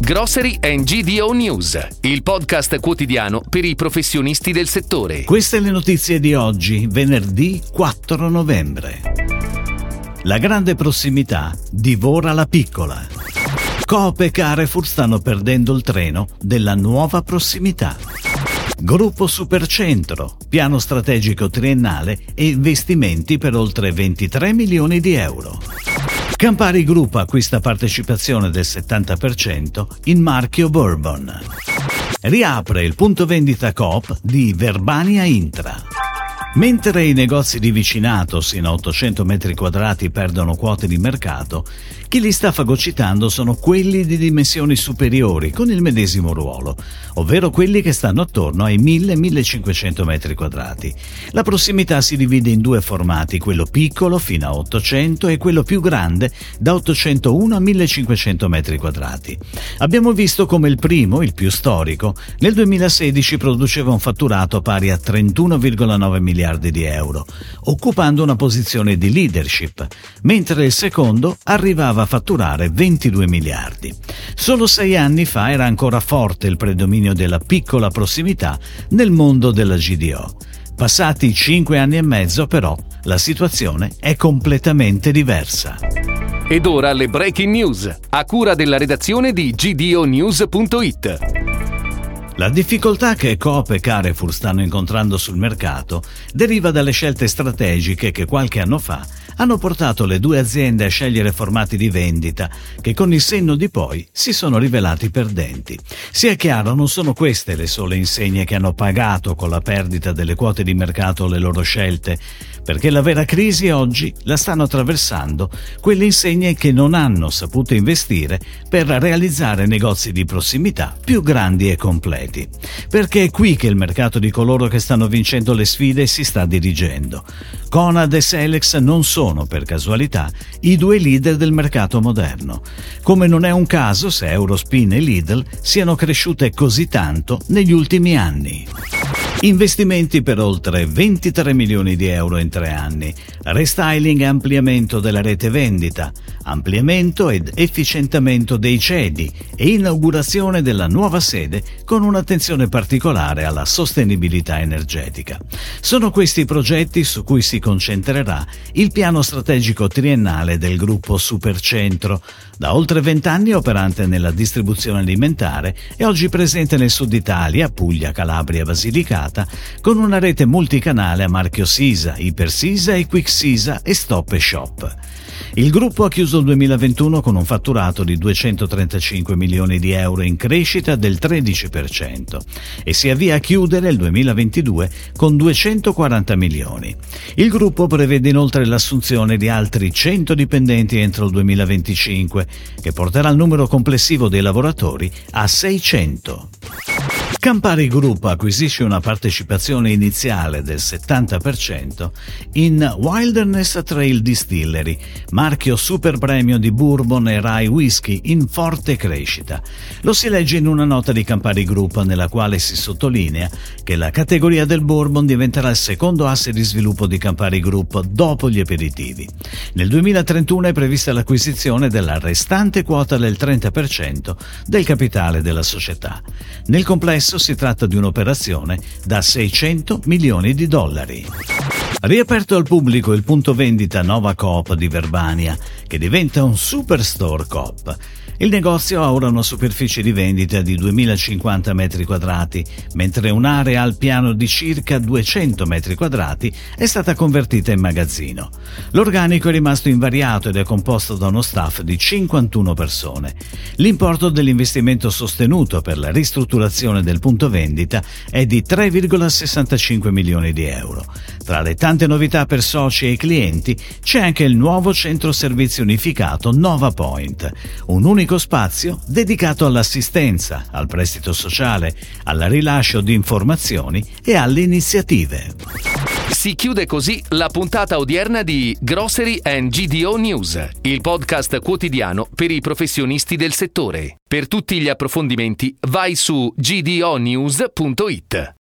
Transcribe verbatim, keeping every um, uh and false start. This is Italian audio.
Grocery and G D O News, il podcast quotidiano per i professionisti del settore. Queste le notizie di oggi, venerdì quattro novembre. La grande prossimità divora la piccola. Coop e Carrefour stanno perdendo il treno della nuova prossimità. Gruppo Supercentro, piano strategico triennale e investimenti per oltre ventitré milioni di euro. Campari Group acquista partecipazione del settanta per cento in marchio Bourbon. Riapre il punto vendita Coop di Verbania Intra. Mentre i negozi di vicinato sino a ottocento metri quadrati perdono quote di mercato, chi li sta fagocitando sono quelli di dimensioni superiori con il medesimo ruolo, ovvero quelli che stanno attorno ai mille millecinquecento metri quadrati. La prossimità si divide in due formati, quello piccolo fino a ottocento e quello più grande da ottocentouno a millecinquecento metri quadrati. Abbiamo visto come il primo, il più storico, nel duemilasedici produceva un fatturato pari a trentuno virgola nove miliardi di euro, occupando una posizione di leadership, mentre il secondo arrivava a fatturare ventidue miliardi. Solo sei anni fa era ancora forte il predominio della piccola prossimità nel mondo della G D O. Passati cinque anni e mezzo, però, la situazione è completamente diversa. Ed ora le breaking news, a cura della redazione di G D O news punto it. La difficoltà che Coop e Carrefour stanno incontrando sul mercato deriva dalle scelte strategiche che qualche anno fa hanno portato le due aziende a scegliere formati di vendita che con il senno di poi si sono rivelati perdenti. Sia chiaro, non sono queste le sole insegne che hanno pagato con la perdita delle quote di mercato le loro scelte, perché la vera crisi oggi la stanno attraversando quelle insegne che non hanno saputo investire per realizzare negozi di prossimità più grandi e completi. Perché è qui che il mercato di coloro che stanno vincendo le sfide si sta dirigendo. Conad e Selex non sono, per casualità, i due leader del mercato moderno. Come non è un caso se Eurospin e Lidl siano cresciute così tanto negli ultimi anni. Investimenti per oltre ventitré milioni di euro in tre anni, restyling e ampliamento della rete vendita, ampliamento ed efficientamento dei cedi e inaugurazione della nuova sede con un'attenzione particolare alla sostenibilità energetica. Sono questi i progetti su cui si concentrerà il piano strategico triennale del gruppo Supercentro, da oltre vent'anni operante nella distribuzione alimentare e oggi presente nel sud Italia, Puglia, Calabria, Basilicata, con una rete multicanale a marchio Sisa, Ipersisa e Quick Sisa e Stop e Shop. Il gruppo ha chiuso il duemilaventuno con un fatturato di duecentotrentacinque milioni di euro in crescita del tredici per cento e si avvia a chiudere il duemilaventidue con duecentoquaranta milioni. Il gruppo prevede inoltre l'assunzione di altri cento dipendenti entro il duemilaventicinque, che porterà il numero complessivo dei lavoratori a seicento. Campari Group acquisisce una partecipazione iniziale del settanta per cento in Wilderness Trail Distillery, marchio super premium di Bourbon e Rye Whisky in forte crescita. Lo si legge in una nota di Campari Group nella quale si sottolinea che la categoria del Bourbon diventerà il secondo asse di sviluppo di Campari Group dopo gli aperitivi. Nel duemilatrentuno è prevista l'acquisizione della restante quota del trenta per cento del capitale della società. Nel complesso si tratta di un'operazione da seicento milioni di dollari. Riaperto al pubblico il punto vendita Nova Coop di Verbania, che diventa un superstore Coop. Il negozio ha ora una superficie di vendita di duemilacinquanta metri quadrati, mentre un'area al piano di circa duecento metri quadrati è stata convertita in magazzino. L'organico è rimasto invariato ed è composto da uno staff di cinquantuno persone. L'importo dell'investimento sostenuto per la ristrutturazione del punto vendita è di tre virgola sessantacinque milioni di euro. Tra le tante novità per soci e clienti c'è anche il nuovo centro servizi unificato Nova Point, un unico spazio dedicato all'assistenza, al prestito sociale, al rilascio di informazioni e alle iniziative. Si chiude così la puntata odierna di Grocery and G D O News, il podcast quotidiano per i professionisti del settore. Per tutti gli approfondimenti vai su G D O news punto it.